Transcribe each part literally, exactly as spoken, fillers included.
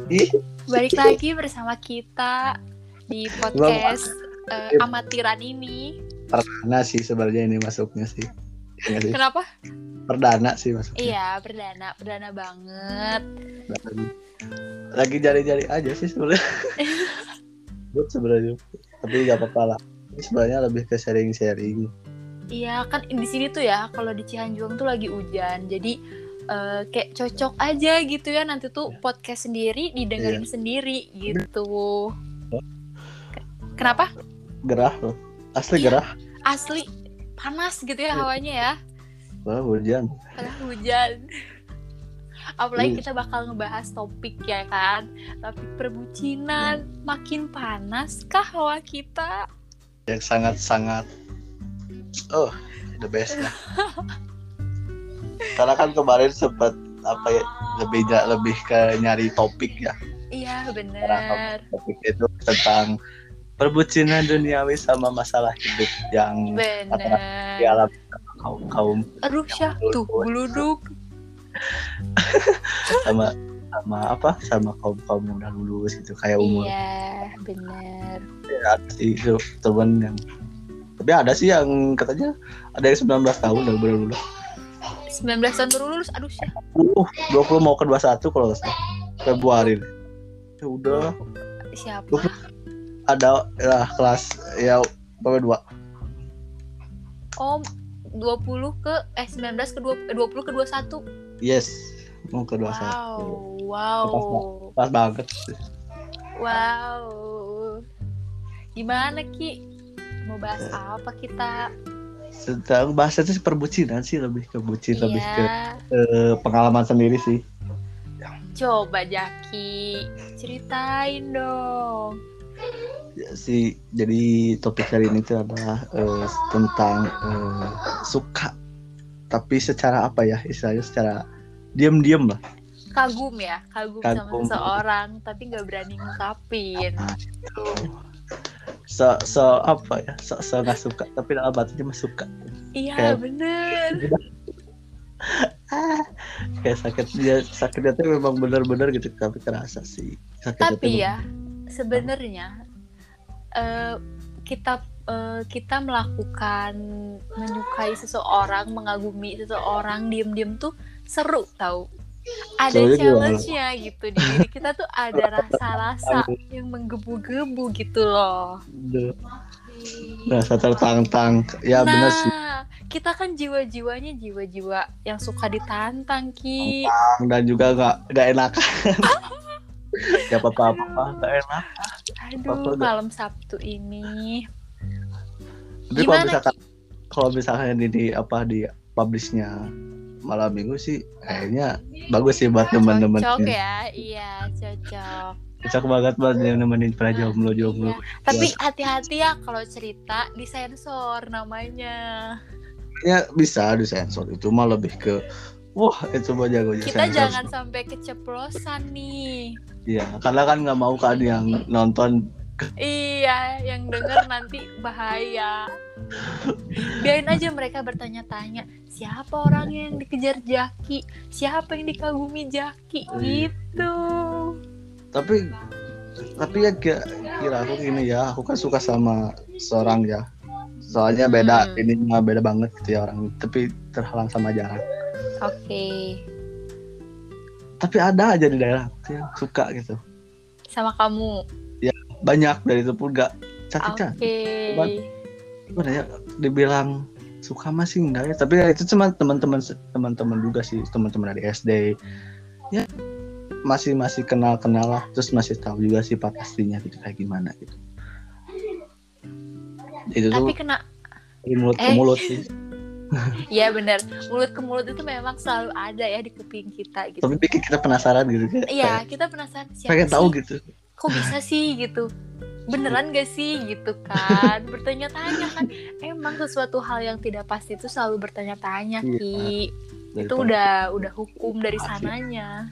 Balik lagi bersama kita di podcast uh, amatiran ini. Perdana sih sebenarnya ini masuknya sih. Ya, sih. Kenapa? Perdana sih masuknya. Iya, perdana, perdana banget. Lagi, lagi jari-jari aja sih sebenarnya. Buat sebenarnya, tapi nggak apa-apa lah. Ini sebenarnya lebih ke sharing-sharing. Iya, kan di sini tuh ya, kalau di Cianjuang tuh lagi hujan, jadi Uh, kayak cocok aja gitu ya, nanti tuh podcast sendiri didengerin yeah. sendiri gitu. Kenapa? Gerah loh, asli iya, gerah. Asli panas gitu ya hawanya ya. Wah hujan. Padahal hujan. Apalagi kita bakal ngebahas topik ya kan, topik perbucinan. Makin panas kah hawa kita? Yang sangat-sangat, oh the best lah. Karena kan kemarin sempat apa ya lebih lebih ke nyari topik ya. Iya benar. Topik itu tentang perbucinan duniawi sama masalah hidup yang dialami kaum kaum. Aduh syah tuh geluduk. sama sama apa sama kaum kaum yang udah lulus gitu kayak umur. Iya benar. Ya, ada sih itu teman yang tapi ada sih yang katanya ada yang sembilan belas tahun udah baru lulus. sembilan belas tahun baru lulus, aduh sih. Uh, dua puluh mau ke dua puluh satu kalau nggak salah. Februari. Ya udah. Siapa? Ada ya, kelas ya berapa dua? Oh, dua puluh ke eh sembilan belas ke dua puluh ke dua puluh satu. Yes, mau ke dua puluh satu. Wow, wow. Pas, pas banget. Wow. Gimana Ki? Mau bahas apa kita? Tentang bahasanya sih perbucinan sih lebih ke bucin iya. lebih ke eh, pengalaman sendiri sih. Coba Jaki ceritain dong. Ya, sih jadi topik hari ini tuh adalah eh, tentang eh, suka tapi secara apa ya istilahnya secara diam-diam lah. Kagum ya, kagum, kagum. sama seseorang tapi nggak berani ngungkapin. Nah, itu. So, so apa ya so, so nggak suka tapi dalam hatinya mah suka. Iya kayak, bener ah, kayak sakitnya sakitnya tuh memang benar-benar gitu tapi terasa sih sakitnya tapi ya sebenarnya uh, kita uh, kita melakukan menyukai seseorang, mengagumi seseorang diam-diam tuh seru tau. Ada so, challenge-nya juga. Gitu di diri kita tuh ada rasa-rasa yang menggebu-gebu gitu loh. Rasa tertantang. Ya nah, benar sih. Kita kan jiwa-jiwanya jiwa-jiwa yang suka ditantang Ki. Dan juga gak, gak enak. Ya apa-apa gak enak. Aduh apa-apa malam gak. Sabtu ini. Tapi kalau misalkan kalau misalkan ini apa di publish-nya malam minggu sih kayaknya bagus sih buat teman-teman. Cocok ya, iya cocok. Cocok banget buat nemenin para jomblo-jomblo. Iya. Tapi hati-hati ya kalau cerita disensor namanya. Ya bisa disensor itu mah lebih ke wah itu mah jago aja. Kita sensor. Jangan sampai keceplosan nih. Iya, karena kan nggak mau kan yang nonton. Iya, yang denger nanti bahaya. Biarin aja mereka bertanya-tanya, siapa orang yang dikejar Jaki, siapa yang dikagumi Jaki, gitu. Tapi, tapi ya kira aku gini ya, aku kan suka sama seorang ya, soalnya beda, hmm. ini mah beda banget gitu ya orang, tapi terhalang sama jarak. Oke. Okay. Tapi ada aja di daerah yang suka gitu. Sama kamu. Ya banyak dari itu pun gak cantik-cantik. Oke. Okay. Gimana ya dibilang suka masih enggak ya, tapi ya itu cuma teman-teman teman-teman juga sih, teman-teman dari S D. Ya masih masih kenal-kenal lah, terus masih tahu juga sifat aslinya gitu kayak gimana gitu. Itu tapi tuh kena mulut eh. ke mulut sih. Iya benar, mulut ke mulut itu memang selalu ada ya di kuping kita gitu. Tapi bikin kita penasaran gitu kan. Iya, kita penasaran siapa pengen sih? Tahu gitu. Kok bisa sih gitu? Beneran gak sih gitu kan? Bertanya-tanya kan. Emang sesuatu hal yang tidak pasti itu selalu bertanya-tanya Ki. Iya, itu udah udah hukum dari pasti. Sananya.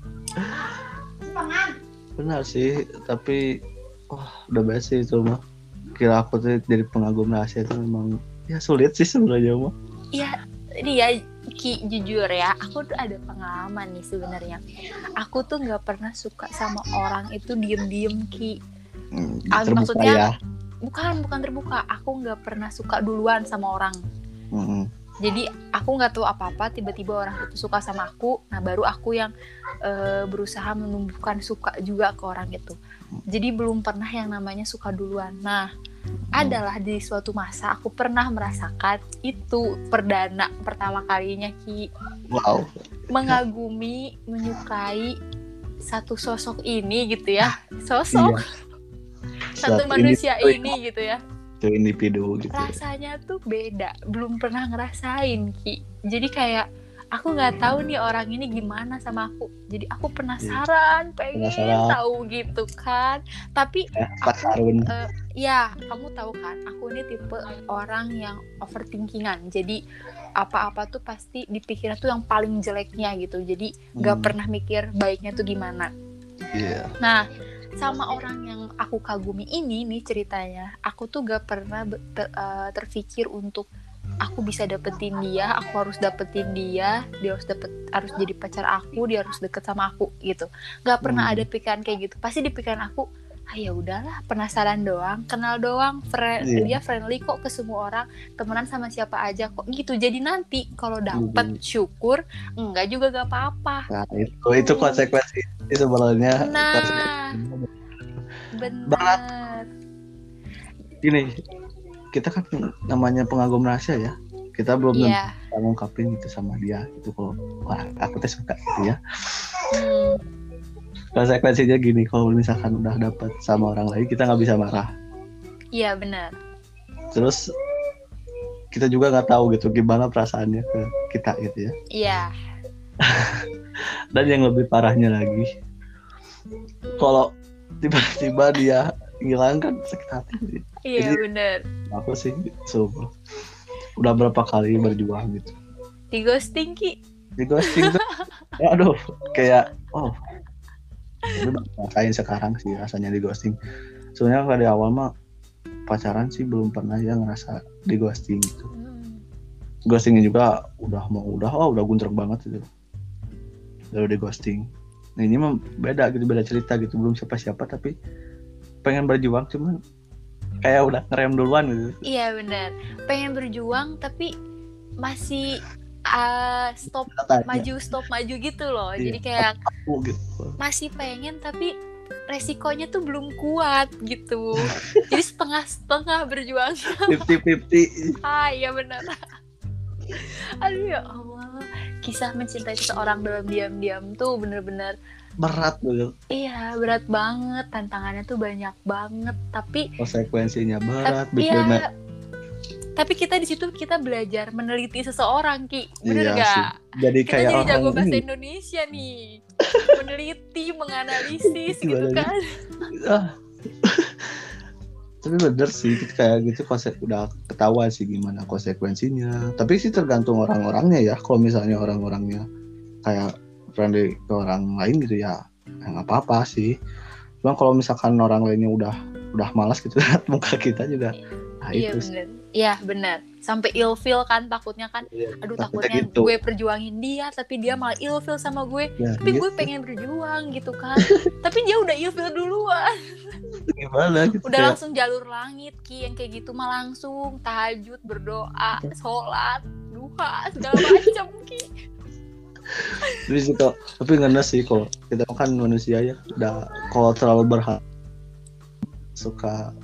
Benar sih, tapi wah udah best sih itu mah. Kira aku tuh jadi pengagum rahasia itu memang ya sulit sih sebenarnya mah. Iya, dia Ki, jujur ya, aku tuh ada pengalaman nih sebenarnya. Aku tuh nggak pernah suka sama orang itu diem-diem Ki. Hmm, Ah, terbuka maksudnya ya. bukan bukan terbuka. Aku nggak pernah suka duluan sama orang. Mm-mm. Jadi aku nggak tahu apa-apa, tiba-tiba orang itu suka sama aku. Nah baru aku yang uh, berusaha menumbuhkan suka juga ke orang itu. Jadi belum pernah yang namanya suka duluan. Nah adalah di suatu masa aku pernah merasakan itu perdana pertama kalinya Ki. Wow. Mengagumi, menyukai satu sosok ini gitu ya. Sosok Iya. satu Satu manusia individu, ini gitu ya. Itu individu gitu. Rasanya tuh beda, belum pernah ngerasain Ki. Jadi kayak aku nggak tahu nih orang ini gimana sama aku. Jadi aku penasaran, pengen Penasaran. tahu gitu kan. Tapi Ya, aku Harun. uh, ya kamu tahu kan, aku ini tipe orang yang overthinkingan. Jadi apa-apa tuh pasti dipikirnya tuh yang paling jeleknya gitu. Jadi nggak Hmm. pernah mikir baiknya tuh gimana. Iya. Nah, sama orang yang aku kagumi ini nih ceritanya, aku tuh gak pernah ter, uh, terpikir untuk aku bisa dapetin dia, aku harus dapetin dia, dia harus dapet harus jadi pacar aku, dia harus deket sama aku gitu. Gak pernah Hmm. ada pikiran kayak gitu. Pasti di pikiran aku, ah ya udahlah, penasaran doang, kenal doang, friend, Iya. dia friendly kok ke semua orang, temenan sama siapa aja kok gitu. Jadi nanti kalau dapet Hmm. syukur, enggak juga gak apa-apa. Nah, itu itu konsekuensi sebenarnya. Nah, benar. Gini, kita kan namanya pengagum rahasia ya. Kita belum Iya. bisa ngungkapin gitu sama dia itu kalau wah aku tuh suka gitu ya. Hmm. Konsekuensinya gini, kalau misalkan udah dapat sama orang lain kita nggak bisa marah. Iya benar. Terus kita juga nggak tahu gitu gimana perasaannya ke kita gitu ya. Iya. Dan yang lebih parahnya lagi, kalau tiba-tiba dia hilang kan sakit hati. Iya Jadi, benar. aku sih sumpah udah berapa kali berjuang gitu Di ghosting Ki. di ghosting tuh ya, aduh kayak oh ini rasain sekarang sih rasanya di ghosting. Sebenarnya kalau di awal mah pacaran sih belum pernah ya ngerasa di ghosting gitu. Hmm. Ghostingnya juga udah mau udah oh udah guntrek banget gitu lalu di ghosting. Nah ini mah beda gitu, beda cerita gitu, belum siapa-siapa tapi pengen berjuang cuman kayak udah ngerem duluan gitu. Iya benar. Pengen berjuang tapi masih uh, stop Katanya, maju stop maju gitu loh. Iya. Jadi kayak aku gitu. masih pengen tapi resikonya tuh belum kuat gitu. Jadi setengah-setengah berjuang. fifty-fifty. Ah iya benar. Aduh ya Allah. Kisah mencintai seseorang dalam diam-diam tuh bener-bener Berat gitu. iya berat banget, tantangannya tuh banyak banget, tapi Konsekuensinya berat, tapi bikinnya ya, tapi kita di situ kita belajar meneliti seseorang Ki, bener Iya gak? sih. Jadi Kita kayak jadi jago orang bahasa ini. Indonesia nih, meneliti, menganalisis gitu Gimana kan? Ah. Tapi bener sih kayak gitu konsep udah ketahuan sih gimana konsekuensinya. Tapi sih tergantung orang-orangnya ya. Kalau misalnya orang-orangnya kayak friendly ke orang lain gitu ya, ya nggak apa-apa sih. Cuma kalau misalkan orang lainnya udah udah malas gitu lihat muka kita juga, nah Iya itu sih. bener, iya bener. Sampai ilfeel kan takutnya kan, Iya, aduh takutnya takutnya gitu. gue perjuangin dia, tapi dia malah ilfeel sama gue. Ya, Tapi gue gitu. pengen berjuang gitu kan, tapi dia udah ilfeel duluan. Gimana gitu Udah kayak, langsung jalur langit Ki, yang kayak gitu mah langsung tahajud, berdoa, sholat, duha, segala macam Ki. terus itu, tapi ngenes sih kalau kita kan manusia ya udah kalau terlalu berharap suka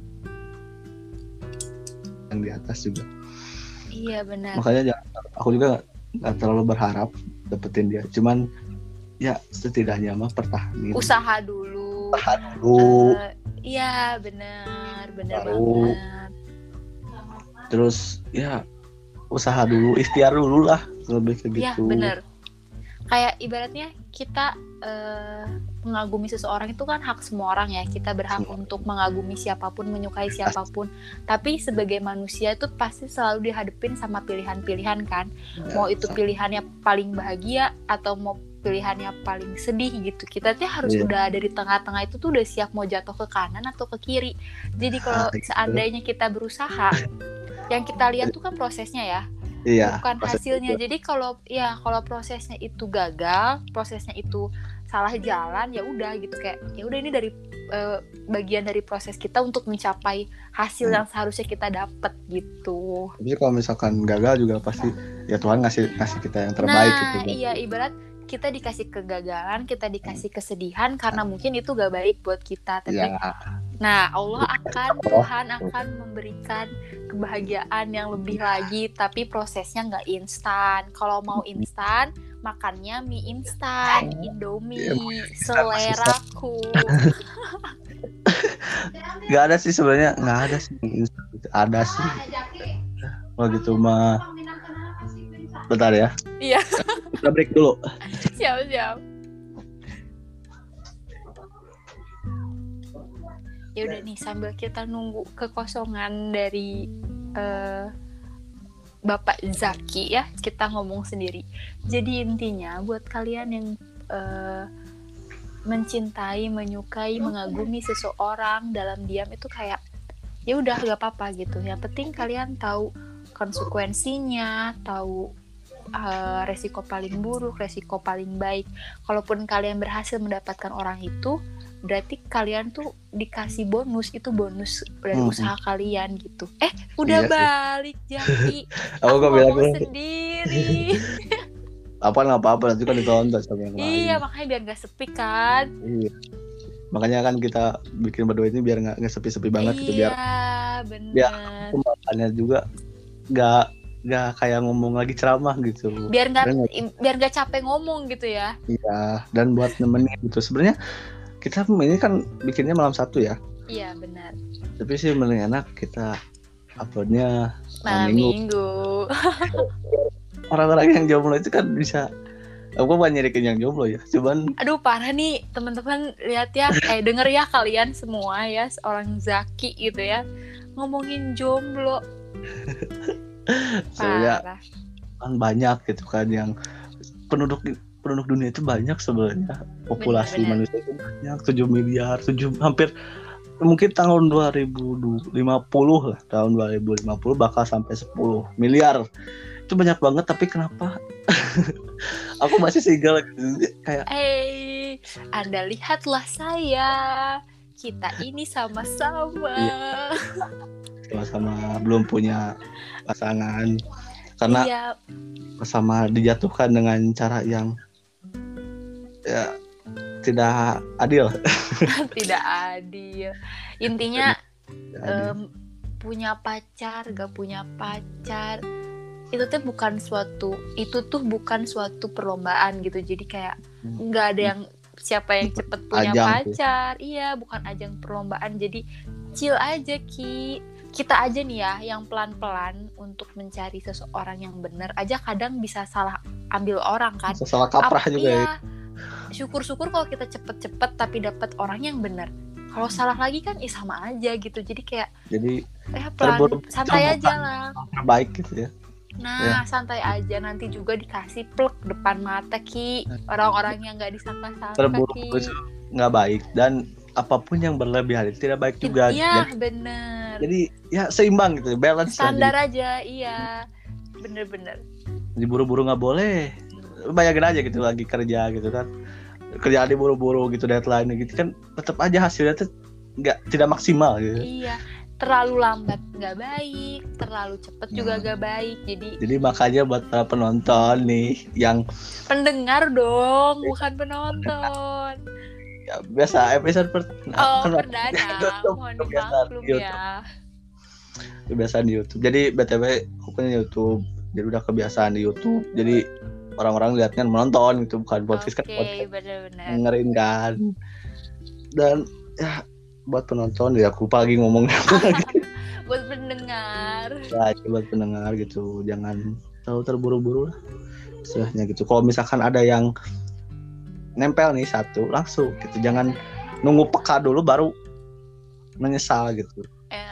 yang di atas juga. Iya benar. Makanya jangan, aku juga nggak terlalu berharap dapetin dia, cuman ya setidaknya mah pertahanin Usaha dulu. dulu. Uh, iya benar, benar Baru. banget. Terus ya usaha dulu, ikhtiar dulu lah, lebih ke Iya gitu. benar. Kayak ibaratnya kita uh, mengagumi seseorang itu kan hak semua orang ya. Kita berhak Semua. untuk mengagumi siapapun, menyukai siapapun. Tapi sebagai manusia itu pasti selalu dihadapin sama pilihan-pilihan kan. Ya, Mau itu sama. pilihannya paling bahagia atau mau pilihannya paling sedih gitu. Kita tuh harus Iya. udah ada di tengah-tengah itu tuh udah siap mau jatuh ke kanan atau ke kiri. Jadi kalau Ah, gitu. seandainya kita berusaha, yang kita lihat tuh kan prosesnya ya. Iya, bukan proses hasilnya. itu. Jadi kalau ya kalau prosesnya itu gagal, prosesnya itu salah jalan, ya udah gitu, kayak ya udah ini dari uh, bagian dari proses kita untuk mencapai hasil Hmm. yang seharusnya kita dapat gitu. Jadi kalau misalkan gagal juga pasti ya Tuhan ngasih ngasih kita yang terbaik Nah, gitu kan. iya, ibarat kita dikasih kegagalan, kita dikasih kesedihan karena mungkin itu gak baik buat kita, tapi Ya, nah Allah akan Tuhan akan memberikan kebahagiaan yang lebih lagi, tapi prosesnya nggak instan. Kalau mau instan, makannya mie instan, Indomie, seleraku. nggak ada sih sebenarnya, nggak ada sih, ada sih. Oh gitu mah. Bentar ya. Iya. Kita break dulu. Siap-siap. Ya udah nih, sambil kita nunggu kekosongan dari uh, Bapak Zaki ya, kita ngomong sendiri. Jadi intinya buat kalian yang uh, mencintai, menyukai, mengagumi seseorang dalam diam itu kayak ya udah gak apa-apa gitu. Yang penting kalian tahu konsekuensinya, tahu uh, resiko paling buruk, resiko paling baik. Kalaupun kalian berhasil mendapatkan orang itu, berarti kalian tuh dikasih bonus, itu bonus dari hmm. usaha kalian gitu. Eh, udah iya balik Jaki. Aku ngomong sendiri. Apa nggak apa-apa, nanti kan ditonton sama yang lain. Iya, makanya biar nggak sepi kan. Iya. Makanya kan kita bikin berdua ini biar nggak sepi-sepi banget iya, gitu, biar. Iya, benar. Biar pembahasannya juga nggak nggak kayak ngomong lagi ceramah gitu. Biar nggak biar nggak capek ngomong gitu ya. Iya, dan buat nemenin gitu. Sebenarnya kita ini kan bikinnya malam Sabtu ya. Iya, benar. Tapi sih mending enak kita uploadnya malam minggu. minggu. Orang-orang yang jomblo itu kan bisa, aku bukan nyerikin yang jomblo ya, cuman aduh parah nih teman-teman, lihat ya, eh denger ya kalian semua ya, seorang Zaki gitu ya ngomongin jomblo. Parah. Kan banyak gitu kan yang penduduk penduduk dunia itu banyak sebenarnya, populasi bener, bener. manusia itu banyak, tujuh miliar, tujuh hampir mungkin tahun dua ribu lima puluh lah, tahun dua ribu lima puluh bakal sampai sepuluh miliar. Itu banyak banget, tapi kenapa aku masih single gitu, kayak eh Anda lihatlah saya, kita ini sama-sama iya. sama-sama belum punya pasangan karena iya. sama dijatuhkan dengan cara yang ya tidak adil. Tidak adil. Intinya tidak adil. Um, punya pacar, gak punya pacar, itu tuh bukan suatu itu tuh bukan suatu perlombaan gitu. Jadi kayak nggak ada yang siapa yang cepet punya ajang pacar tuh. Iya, bukan ajang perlombaan. Jadi chill aja Ki. Kita aja nih ya yang pelan-pelan untuk mencari seseorang yang benar aja kadang bisa salah ambil orang kan. Bisa salah kaprah Ap- juga iya. ya. Syukur-syukur kalau kita cepet-cepet tapi dapat orang yang benar. Kalau salah lagi kan ya sama aja gitu. Jadi kayak jadi eh pelan santai aja lah. Baik gitu ya. Nah, ya. santai aja, nanti juga dikasih plek depan mata Ki. Orang-orang yang enggak disangka-sangka terburu-buru Ki. Enggak baik, dan apapun yang berlebihan itu tidak baik juga. Iya, benar. Jadi ya seimbang gitu, balance standar aja. aja, iya. Bener-bener. Jadi buru-buru enggak boleh. Bayangin aja gitu lagi kerja gitu kan. Kerjaan diburu-buru gitu, deadline gitu kan tetap aja hasilnya tuh enggak tidak maksimal gitu. Iya. Terlalu lambat nggak baik, terlalu cepet hmm. juga nggak baik. Jadi jadi makanya buat para penonton nih yang pendengar dong, bukan penonton. Ya biasa episode per oh kan perdana, mohon dimaklum ya. Kebiasaan di YouTube. Jadi B T W aku kan YouTube, jadi udah kebiasaan di YouTube. Jadi orang-orang lihatnya menonton gitu, bukan podcast kan. Oke, benar-benar. Dengerin kan. Dan ya buat penonton ya aku lagi ngomong lagi. Buat pendengar. Ya, buat pendengar gitu, jangan terlalu terburu-buru lah. Istilahnya gitu. Kalau misalkan ada yang nempel nih satu, langsung gitu. Jangan nunggu peka dulu baru menyesal gitu. Ya.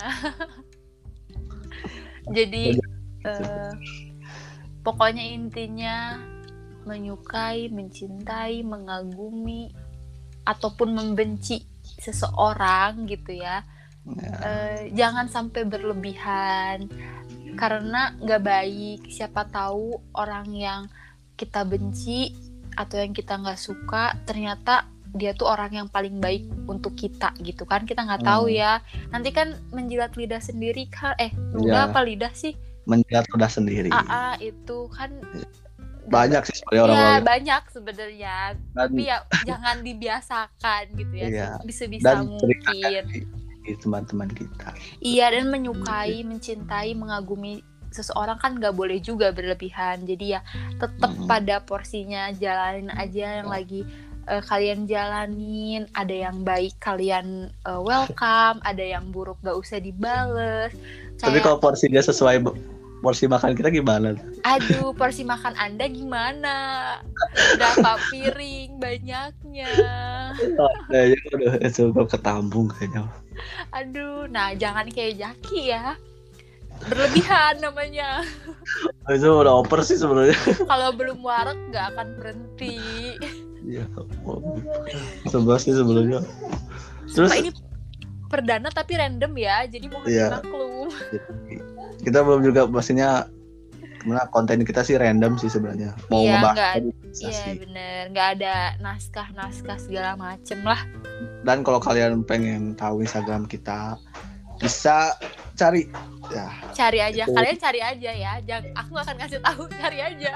Jadi uh, pokoknya intinya menyukai, mencintai, mengagumi ataupun membenci seseorang gitu ya, ya. Uh, jangan sampai berlebihan. karena nggak baik. Siapa tahu orang yang kita benci atau yang kita nggak suka ternyata dia tuh orang yang paling baik untuk kita gitu kan, kita nggak tahu Hmm. ya. Nanti kan menjilat lidah sendiri kan, eh Ya. ludah apa lidah sih? Menjilat udah sendiri. Aa itu kan Banyak sih sebenarnya orang ya orang banyak sebenarnya, dan, tapi ya jangan dibiasakan gitu ya, iya, bisa-bisa dan ceritakan mungkin. di, di teman-teman kita. Iya, dan menyukai, mencintai, mengagumi seseorang kan nggak boleh juga berlebihan. Jadi ya tetap Hmm. pada porsinya, jalanin aja yang lagi uh, kalian jalanin. Ada yang baik kalian uh, welcome, ada yang buruk nggak usah dibales. Tapi Kayak, kalau porsinya sesuai b- porsi makan kita gimana? aduh, porsi makan Anda gimana? Berapa piring banyaknya? Kayaknya udah cukup ketambung kayaknya. Aduh, nah jangan kayak Jaki ya. Berlebihan namanya. Itu udah over sih sebenarnya. Kalau belum warak nggak akan berhenti. Iya. Sebelah sih sebenarnya. Terus Sumpah ini perdana tapi random ya, jadi mohon Iya. dimaklum. kita belum juga pastinya gimana konten kita sih random sih sebenarnya. Mau Iya, ngebahas nggak- apa bisa Iya sih. bener, nggak ada naskah-naskah segala macem lah. Dan kalau kalian pengen tahu Instagram kita bisa cari ya. Cari aja, Itu- kalian cari aja ya. Jangan, aku nggak akan kasih tahu, cari aja.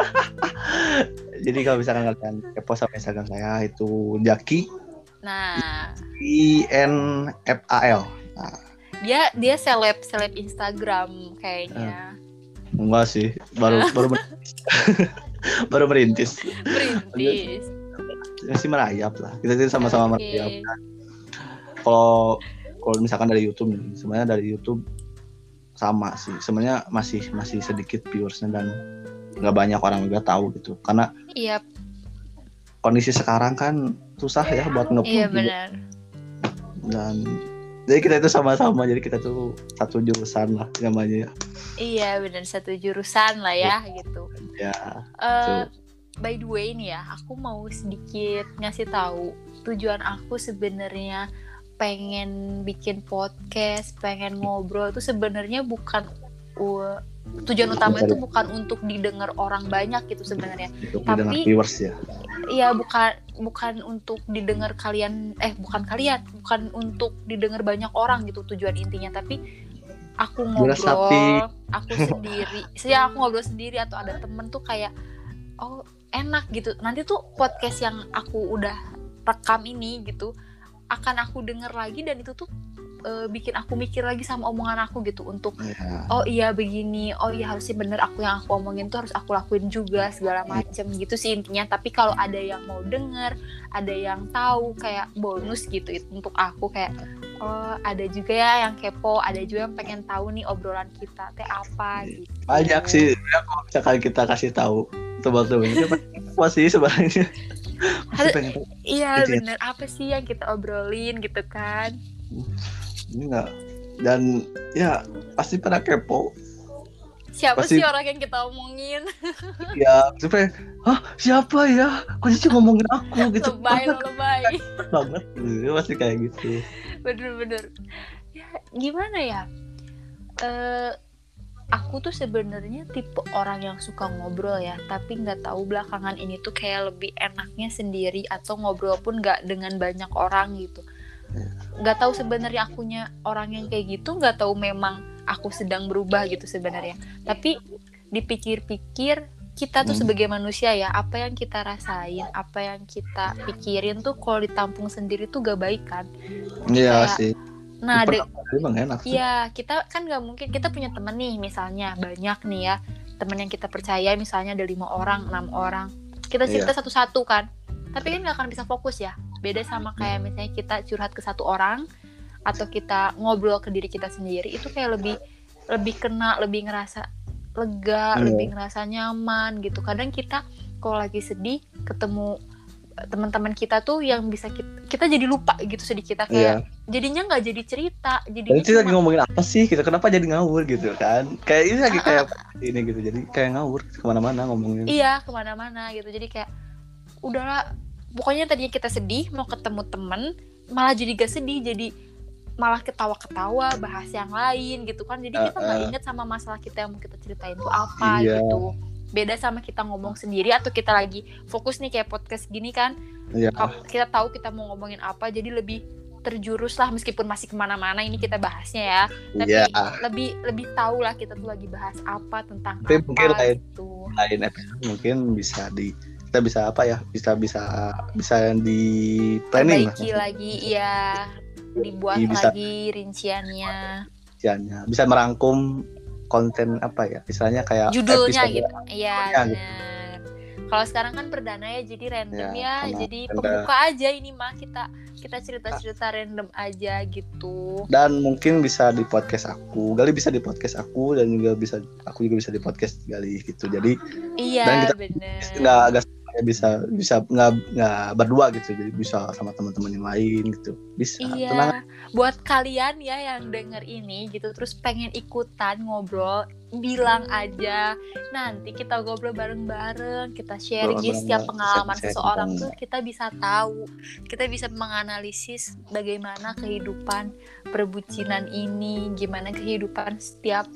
Jadi kalau misalkan kalian kepo sama Instagram saya itu Jaki Nah, I N F A L. Nah, dia dia seleb seleb Instagram kayaknya. enggak sih, baru baru merintis. baru merintis. Perintis. Masih merayap lah. Kita sih sama-sama Oke. merayap. Kalau kalau misalkan dari YouTube nih, sebenarnya dari YouTube sama sih. Sebenarnya masih masih sedikit viewersnya dan nggak banyak orang juga tahu gitu. Karena Iya, kondisi sekarang kan susah ya buat nge-upload iya juga. benar. Dan jadi kita itu sama-sama, jadi kita tuh satu jurusan lah namanya. Iya benar, satu jurusan lah ya gitu. Ya, Eh, by the way nih ya, aku mau sedikit ngasih tahu tujuan aku sebenarnya pengen bikin podcast, pengen ngobrol tuh sebenarnya bukan uh, tujuan utama itu bukan untuk didengar orang banyak gitu sebenarnya. untuk Tapi- didengar viewers ya. Iya, bukan bukan untuk didengar kalian eh bukan kalian, bukan untuk didengar banyak orang gitu tujuan intinya, tapi aku Beras sapi. ngobrol, aku sendiri. Saya aku ngobrol sendiri atau ada temen tuh kayak oh enak gitu. Nanti tuh podcast yang aku udah rekam ini gitu akan aku denger lagi dan itu tuh e, bikin aku mikir lagi sama omongan aku gitu untuk Ya. oh iya begini, oh iya harusnya bener aku yang aku omongin tuh harus aku lakuin juga segala macem gitu sih intinya. Tapi kalau ada yang mau denger, ada yang tahu kayak bonus gitu itu untuk aku kayak oh ada juga ya yang kepo, ada juga yang pengen tahu nih obrolan kita teh apa gitu. Banyak sih ya, kalau misalkan kita kasih tahu teman-teman kita apa sih sebenarnya. Pasti pengen tahu. Iya Gitu ya. bener, apa sih yang kita obrolin gitu kan. Ini enggak, dan ya pasti pada kepo Siapa Pasti- sih orang yang kita omongin? ya. Supaya hah siapa ya, kok dia ngomongin aku gitu. Lebay lo lebay. Banget gitu. Pasti kayak gitu. Bener-bener ya gimana ya, eh aku tuh sebenarnya tipe orang yang suka ngobrol ya, tapi nggak tahu belakangan ini tuh kayak lebih enaknya sendiri atau ngobrol pun nggak dengan banyak orang gitu. Nggak tahu sebenarnya akunya orang yang kayak gitu, nggak tahu memang aku sedang berubah gitu sebenarnya. Tapi dipikir-pikir kita tuh Hmm. sebagai manusia ya, apa yang kita rasain, apa yang kita pikirin tuh kalau ditampung sendiri tuh gak baik kan. Iya Kayak- sih. Nah, de- Tapi emang enak sih. iya, kita kan nggak mungkin, kita punya temen nih misalnya banyak nih ya, temen yang kita percaya misalnya ada lima orang, enam orang, kita cerita satu-satu kan, tapi kan nggak akan bisa fokus ya. Beda sama kayak misalnya kita curhat ke satu orang atau kita ngobrol ke diri kita sendiri, itu kayak lebih lebih kena, lebih ngerasa lega, Iya. lebih ngerasa nyaman gitu. Kadang kita kalau lagi sedih ketemu teman-teman kita tuh yang bisa kita, kita jadi lupa gitu sedih kita kayak jadinya nggak jadi cerita, jadinya Dan itu lagi cuma ngomongin apa sih gitu, kenapa jadi ngawur gitu kan. Kayak ini lagi kayak ini gitu, jadi kayak ngawur kemana-mana ngomongin. iya kemana-mana gitu. Jadi kayak udahlah, pokoknya tadinya kita sedih mau ketemu temen malah jadi gak sedih, jadi malah ketawa-ketawa bahas yang lain gitu kan, jadi kita nggak uh, uh. inget sama masalah kita yang mau kita ceritain itu apa iya. gitu. Beda sama kita ngomong sendiri atau kita lagi fokus nih kayak podcast gini kan, iya. kita tahu kita mau ngomongin apa, jadi lebih terjurus lah meskipun masih kemana-mana ini kita bahasnya ya, tapi yeah. lebih lebih tahu lah kita tuh lagi bahas apa tentang tapi apa mungkin lain, gitu. Lain episode mungkin bisa di kita bisa apa ya bisa bisa bisa di planning perbaiki lah lagi ya, dibuat bisa, lagi rinciannya rinciannya bisa merangkum konten apa ya istilahnya kayak judulnya gitu ya benar. Kalau sekarang kan perdana ya, jadi random ya, ya jadi random. Pembuka aja ini mah kita kita cerita-cerita random aja gitu. Dan mungkin bisa di podcast aku, Gali bisa di podcast aku dan juga bisa aku juga bisa di podcast Gali gitu. Jadi iya, dan kita bener. Nggak agak bisa bisa nggak nggak berdua gitu, jadi bisa sama teman-teman yang lain gitu. Bisa. Iya. Tenang. Buat kalian ya yang denger ini gitu terus pengen ikutan ngobrol, bilang aja, nanti kita ngobrol bareng-bareng, kita sharing di setiap pengalaman seseorang tuh kita bisa tahu, kita bisa menganalisis bagaimana kehidupan perbucinan ini, gimana kehidupan setiap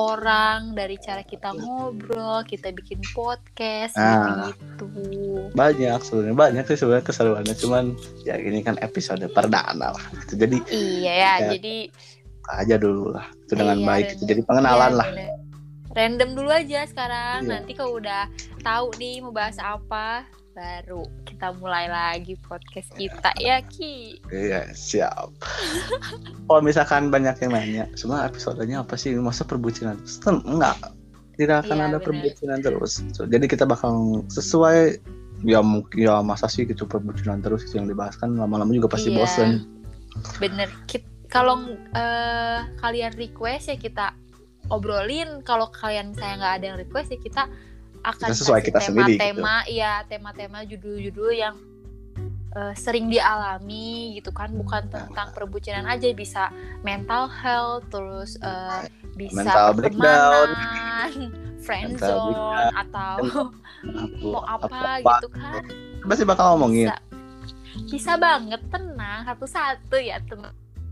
orang dari cara kita ngobrol, kita bikin podcast nah, gitu. Banyak sebenarnya banyak sih sebenarnya keseruannya, cuman ya ini kan episode perdana lah gitu. Jadi iya ya, ya jadi aja dulu lah itu dengan iya, baik gitu. Jadi pengenalan iya, lah. Bener. Random dulu aja sekarang. Iya. Nanti kalau udah tahu nih mau bahas apa, baru kita mulai lagi podcast kita ya Ki. Iya siap. Kalau misalkan banyak yang nanya, semua episodenya apa sih? Masa perbucinan terus? Enggak, tidak akan iya, ada bener. Perbucinan terus. So, jadi kita bakal sesuai ya mungkin ya masa sih gitu perbucinan terus itu yang dibahas kan lama-lama juga pasti iya. bosen. Bener. Kalau uh, kalian request ya kita obrolin. Kalau kalian misalnya nggak ada yang request ya kita akan kita sesuai kita sendiri tema-tema gitu. Ya tema-tema judul-judul yang uh, sering dialami gitu kan, bukan tentang perbucinan aja, bisa mental health, terus uh, bisa mental breakdown, friendzone atau aku, mau apa, apa gitu kan pasti bakal ngomongin. Bisa, bisa banget, tenang satu-satu ya teman.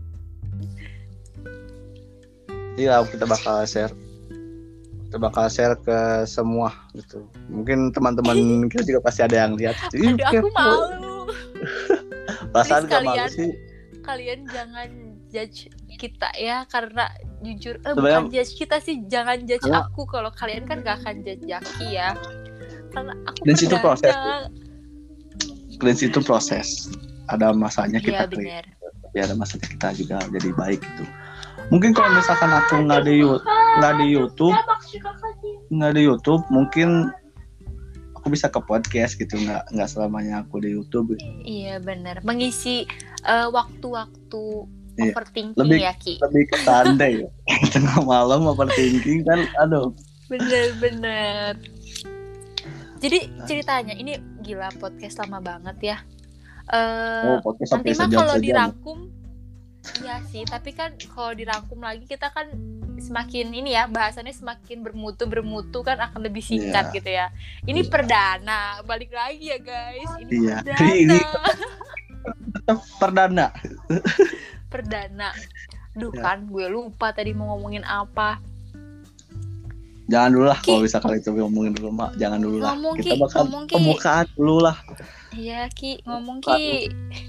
Iya kita bakal share kita bakal share ke semua gitu. Mungkin teman-teman kita juga pasti ada yang lihat. Aduh aku malu. Perasaan gak malu sih. Kalian jangan judge kita ya, karena jujur eh, bukan judge kita sih, jangan judge ya. Aku kalau kalian kan gak akan judge Jaki ya. Karena aku dan situ proses. Dan situ proses. Ada masanya kita ya, ya ada masanya kita juga jadi baik gitu. Mungkin kalau misalkan aku nggak di nggak di YouTube nggak di YouTube mungkin aku bisa ke podcast gitu, nggak nggak selamanya aku di YouTube gitu. Iya benar, mengisi uh, waktu-waktu iya. Overthinking lebih, ya Ki, lebih ke santai ya. Tengah malam overthinking kan aduh bener-bener. Jadi ceritanya ini gila podcast lama banget ya. Uh, oh, nanti mah kalau dirangkum iya sih, tapi kan kalau dirangkum lagi kita kan semakin ini ya, bahasannya semakin bermutu bermutu kan akan lebih singkat yeah. gitu ya. Ini yeah. perdana, balik lagi ya guys. Ini yeah. perdana. Ini perdana. Perdana. Duh yeah. kan, gue lupa tadi mau ngomongin apa. Jangan dulu lah kalau bisa kali itu ngomongin dulu mak, jangan dulu lah. Ngomong, kita Ki, bakal ngomong, pembukaan dulu lah. Iya Ki, ngomong Ki.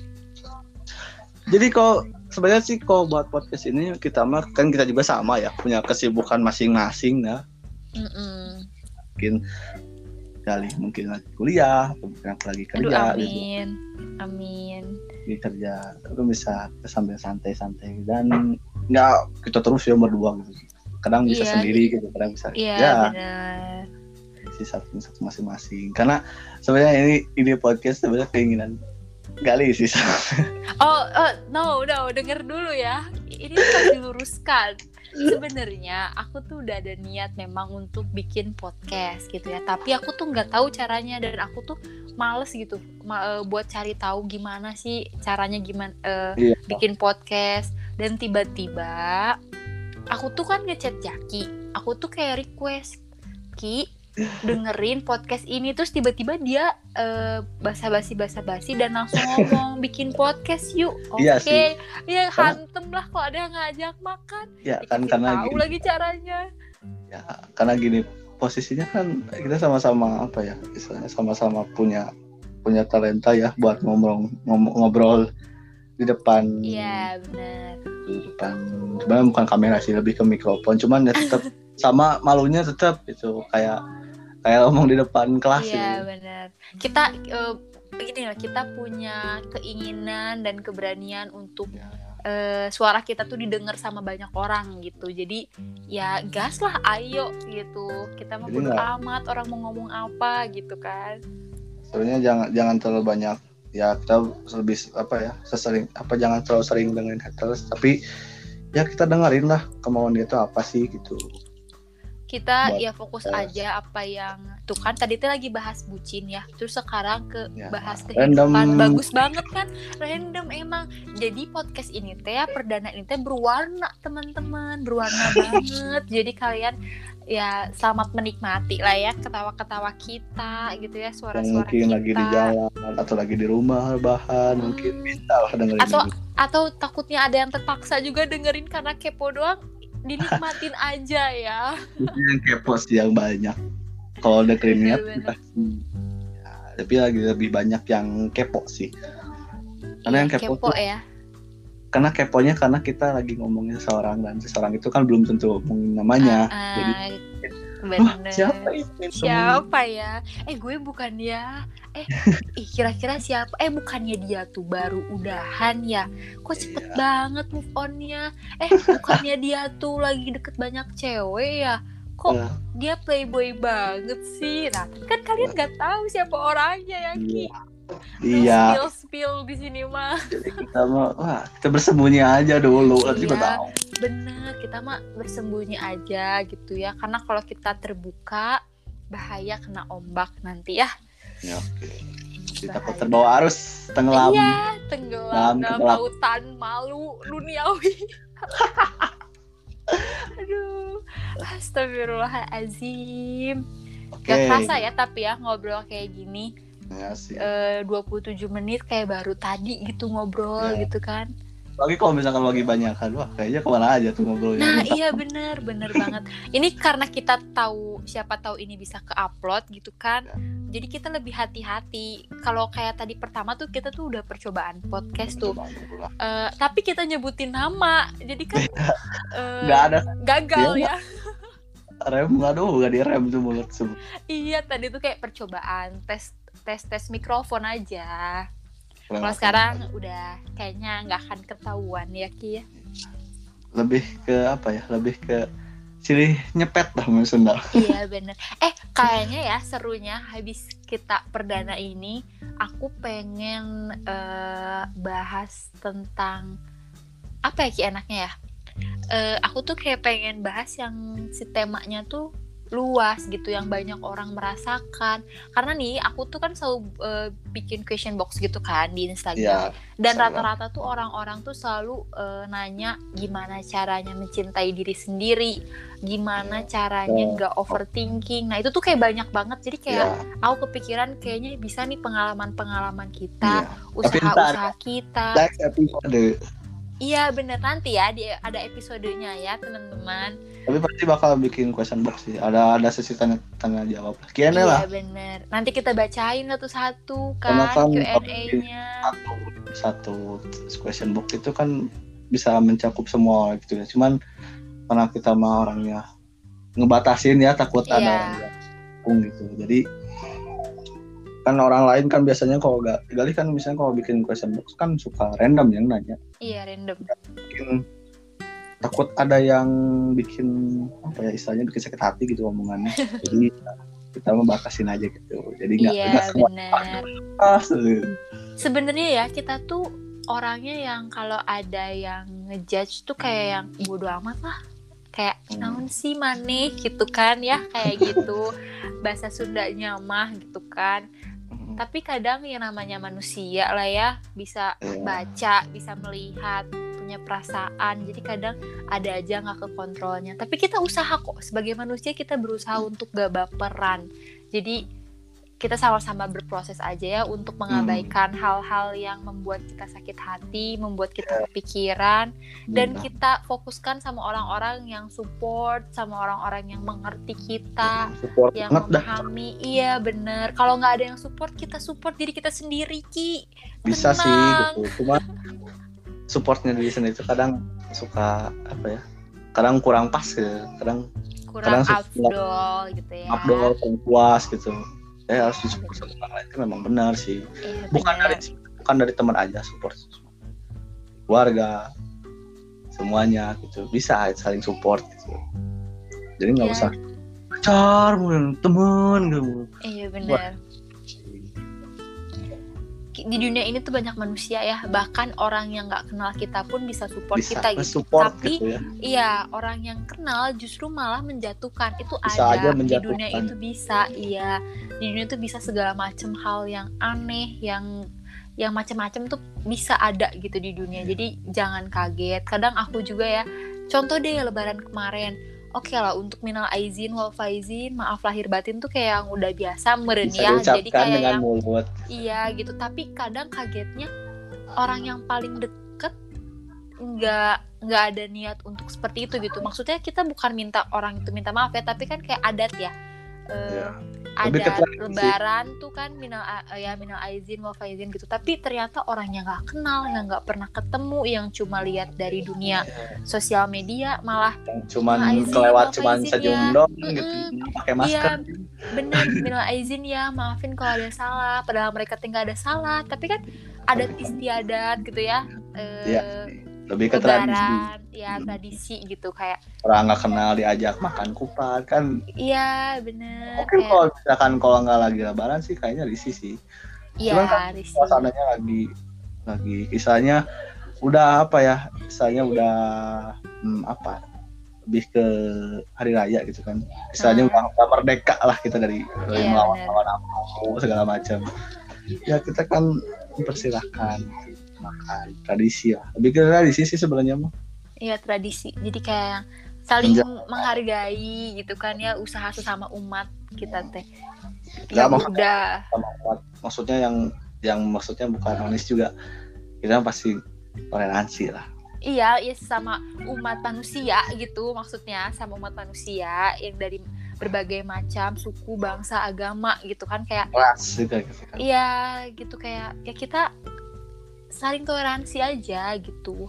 Jadi kalau sebenarnya sih kalau buat podcast ini kita mah kan kita juga sama ya, punya kesibukan masing-masing ya. Mm-mm. Mungkin kali mungkin lagi kuliah, mungkin lagi kerja. Aduh, amin, gitu. Amin. Di kerja, itu bisa sambil santai-santai dan nggak kita terus ya berdua gitu. Kadang bisa iya, sendiri gitu, kadang bisa. Iya ya, benar. Si satu satu masing-masing. Karena sebenarnya ini ini podcast sebenarnya keinginan Gali sih. Oh, oh, no, no, denger dulu ya. Ini harus diluruskan. Sebenarnya aku tuh udah ada niat memang untuk bikin podcast gitu ya. Tapi aku tuh nggak tahu caranya dan aku tuh males gitu ma- uh, buat cari tahu gimana sih caranya gimana uh, iya. bikin podcast. Dan tiba-tiba aku tuh kan ngechat Jaki. Aku tuh kayak request, Ki, dengerin podcast ini terus tiba-tiba dia uh, basa-basi basa-basi dan langsung ngomong bikin podcast yuk. Oke. Okay. Iya ya hantem lah kalau ada yang ngajak makan. Ya kan karena tahu gini, lagi caranya. Ya karena gini posisinya kan kita sama-sama apa ya istilahnya sama-sama punya punya talenta ya buat ngobrol ngobrol di depan. Iya benar. Di depan sebenarnya bukan kamera sih, lebih ke mikrofon, cuman ya tetap sama malunya tetap itu kayak kayak ngomong di depan kelas. Iya benar. Kita uh, begini lah, kita punya keinginan dan keberanian untuk ya, ya. Uh, suara kita tuh didengar sama banyak orang gitu. Jadi ya gas lah, ayo gitu. Kita mau bodo amat orang mau ngomong apa gitu kan. Sebenarnya jangan jangan terlalu banyak ya, kita lebih apa ya sesering apa jangan terlalu sering dengerin haters, tapi ya kita dengerin lah kemauan dia tuh apa sih gitu. Kita But, ya fokus yes. aja apa yang tuh kan tadi tuh lagi bahas bucin ya, terus sekarang ke ya, bahas kehidupan random. Bagus banget kan, random emang. Jadi podcast ini teh ya, perdana ini teh berwarna teman-teman, berwarna banget. Jadi kalian ya selamat menikmati lah ya ketawa-ketawa kita gitu ya, suara-suara mungkin kita. Mungkin lagi di jalan atau lagi di rumah bahan, hmm. mungkin bisa lah dengerin. Atau ini. Atau takutnya ada yang terpaksa juga dengerin karena kepo doang. Dinikmatin aja ya. Yang kepo sih yang banyak. Kalau dengerin niat pasti. Ya, tapi lagi lebih banyak yang kepo sih. Karena ya, yang kepo, kepo tuh, ya. Karena keponya karena kita lagi ngomongin seseorang dan seseorang itu kan belum tentu ngomongin namanya. Uh, uh, Jadi bener. Siapa ini? Siapa ya? Eh gue bukan ya. Eh ih, kira-kira siapa? Eh bukannya dia tuh baru udahan ya? Kok cepet yeah. banget move on-nya? Eh bukannya dia tuh lagi deket banyak cewek ya? Kok uh. dia playboy banget sih? Nah kan kalian nggak tahu siapa orangnya ya Ki? Iya. Spill spill di sini mah. Jadi kita mah, wah kita bersembunyi aja dulu, nanti kita tahu. Bener, kita mah bersembunyi aja gitu ya. Karena kalau kita terbuka bahaya kena ombak nanti ya. Ya, oke. Kita takut terbawa arus, tenggelam. Iya, tenggelam dalam lautan malu duniawi. Aduh, astagfirullahaladzim. Okay. Gak kerasa ya tapi ya ngobrol kayak gini. Ya, sih. E, dua puluh tujuh menit kayak baru tadi gitu ngobrol ya. Gitu kan. Lagi kalau misalkan lagi banyak kan, wah kayaknya kemana aja tuh ngobrolnya. Nah iya bener, bener banget. Ini karena kita tahu, siapa tahu ini bisa ke-upload gitu kan. Ya. Jadi kita lebih hati-hati. Kalau kayak tadi pertama tuh kita tuh udah percobaan podcast tuh. Uh, tapi kita nyebutin nama, jadi kan uh, nggak ada gagal ya. Rem, aduh nggak direm tuh mulut semua. Iya tadi tuh kayak percobaan tes tes tes mikrofon aja. Kalau sekarang udah kayaknya nggak akan ketahuan ya Ki ya. Lebih ke apa ya? Lebih ke silih nyepet lah maksudnya. Iya bener. Eh kayaknya ya serunya habis kita perdana ini, aku pengen uh, bahas tentang apa ya Ki enaknya ya. Uh, aku tuh kayak pengen bahas yang si temanya tuh luas gitu, yang banyak orang merasakan. Karena nih aku tuh kan selalu uh, bikin question box gitu kan di Instagram ya, dan sama. Rata-rata tuh orang-orang tuh selalu uh, nanya gimana caranya mencintai diri sendiri, gimana caranya nggak overthinking. Nah itu tuh kayak banyak banget, jadi kayak ya. Aku kepikiran kayaknya bisa nih pengalaman-pengalaman kita, ya. Usaha-usaha kita. Iya bener, nanti ya di, ada episodenya ya teman-teman. Tapi pasti bakal bikin question box sih. Ada ada sesi tanya tanya jawab. Q and A iya, lah. Iya bener. Nanti kita bacain satu-satu kan, kan Q and A-nya. Satu, satu question box itu kan bisa mencakup semua gitu ya. Cuman karena kita mah orangnya ngebatasin ya, takut iya. Ada yang pung gitu. Jadi kan orang lain kan biasanya kalau gak Gali kan misalnya kalau bikin question box kan suka random yang nanya. Iya random. Bikin, takut ada yang bikin apa ya istilahnya bikin sakit hati gitu omongannya. Jadi kita membatasin aja gitu. Jadi nggak iya, semua. Sebenarnya ya kita tuh orangnya yang kalau ada yang ngejudge tuh kayak yang bodo amat lah. Kayak hmm. naon sih maneh gitu kan ya kayak gitu. Bahasa Sundanya mah gitu kan. Tapi kadang yang namanya manusia lah ya bisa yeah. baca, bisa melihat, punya namanya perasaan. Jadi kadang ada aja nggak kekontrolnya. Tapi kita usaha kok, sebagai manusia kita berusaha untuk gak baperan. Jadi kita sama-sama berproses aja ya untuk mengabaikan hmm. hal-hal yang membuat kita sakit hati, membuat kita kepikiran, dan hmm. kita fokuskan sama orang-orang yang support, sama orang-orang yang mengerti kita, support yang memahami. Dah. Iya bener. Kalau nggak ada yang support, kita support diri kita sendiri, Ki. Bisa Tenang. sih, gitu. Cuma supportnya diri sendiri itu kadang suka apa ya? Kadang kurang pas gitu. Kadang kurang afdol gitu ya. Afdol, kurang puas gitu. Eh harus disupport sama orang lain itu memang benar sih. Eh, bukan benar. dari bukan dari teman aja, support keluarga semuanya gitu bisa saling support gitu. Jadi nggak ya. usah pacar mungkin teman gitu. Iya benar. Di dunia ini tuh banyak manusia ya, bahkan orang yang nggak kenal kita pun bisa support bisa, kita gitu. Tapi gitu ya. Iya orang yang kenal justru malah menjatuhkan itu bisa ada di dunia itu bisa. Iya di dunia itu bisa segala macam hal yang aneh, yang yang macam-macam tuh bisa ada gitu di dunia. Jadi jangan kaget. Kadang aku juga ya, contoh deh Lebaran kemarin. Oke okay lah untuk minal aizin wal faizin, maaf lahir batin tuh kayak yang udah biasa meren ya, jadi kayak yang mulut. Iya gitu. Tapi kadang kagetnya orang yang paling deket nggak nggak ada niat untuk seperti itu gitu. Maksudnya kita bukan minta orang itu minta maaf ya, tapi kan kayak adat ya. Uh, ya. Adat Lebaran tuh kan minal ya minal aizin wal faizin gitu. Tapi ternyata orangnya nggak kenal, yang nggak pernah ketemu, yang cuma lihat dari dunia sosial media malah cuman kelewat cuman senyum dong gitu, pakai masker. Iya, bener minal aizin ya, maafin kalau ada salah. Padahal mereka tinggal ada salah, tapi kan adat istiadat gitu ya. Uh, ya. Lebih ke Lebaran, tradisi ya tradisi gitu kayak orang nggak kenal diajak makan kupat kan. Iya bener. Mungkin kayak... kalau misalkan kalau nggak lagi Lebaran sih kayaknya risih sih. Iya kan risih. Suasananya lagi lagi kisahnya udah apa ya, kisahnya udah hmm, apa lebih ke hari raya gitu kan. Kisahnya hmm. udah merdeka lah kita dari, dari iya, melawan-lawan apa segala macam. Ya kita kan mempersilahkan makan tradisi lah, lebih ke tradisi sih sebenarnya mah. Iya tradisi, jadi kayak saling Enggak. menghargai gitu kan ya, usaha sesama umat kita teh. Ya udah. Sama umat, maksudnya yang yang maksudnya bukan manis juga, kita pasti toleransi lah. Iya, ya sama umat manusia gitu maksudnya, sama umat manusia yang dari berbagai macam suku, bangsa, agama gitu kan kayak. Ras gitu, gitu kan. Iya, gitu kayak ya kita saling toleransi aja gitu.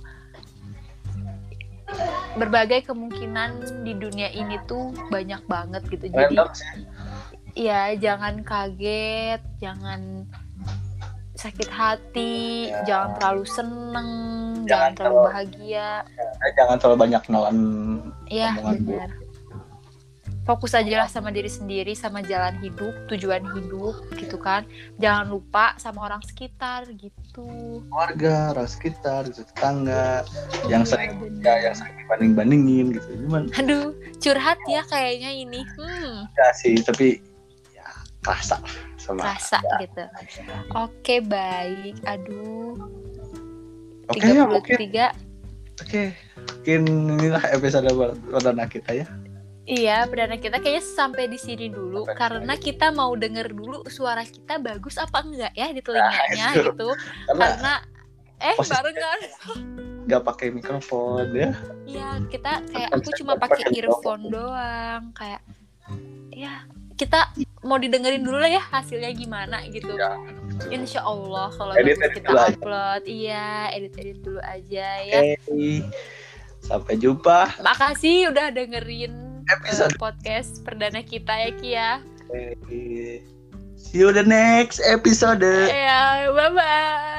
Berbagai kemungkinan di dunia ini tuh banyak banget gitu. Jadi ya jangan kaget, jangan sakit hati, ya. jangan terlalu seneng, jangan, jangan terlalu, terlalu bahagia. Ya, jangan terlalu banyak nelan. Iya benar. Fokus aja lah sama diri sendiri, sama jalan hidup, tujuan hidup gitu kan. Jangan lupa sama orang sekitar gitu. Keluarga, orang sekitar, tetangga, oh, yang sering ya, yang sering banding-bandingin gitu. Cuman, aduh, curhat ya kayaknya ini. Hmm. Ya sih, tapi ya kerasa sama. Kerasa ya. Gitu. Oke, baik. Aduh. Oke, tiga puluh tiga. Oke. Mungkin inilah episode perdana kita ya. Iya, perdana kita kayaknya sampai di sini dulu sampai karena ini. Kita mau denger dulu suara kita bagus apa enggak ya di telinganya nah, gitu. Karena, karena eh barengan nggak pakai mikrofon ya. Iya, kita kayak aku cuma pakai earphone doang kayak ya kita mau didengerin dulu lah ya hasilnya gimana gitu. Ya, Insya Allah kalau bagus kita upload. Aja. Iya, edit-edit dulu aja ya. Okay. Sampai jumpa. Makasih udah dengerin episode podcast perdana kita ya Ki ya. Okay. See you the next episode. Ya, bye bye.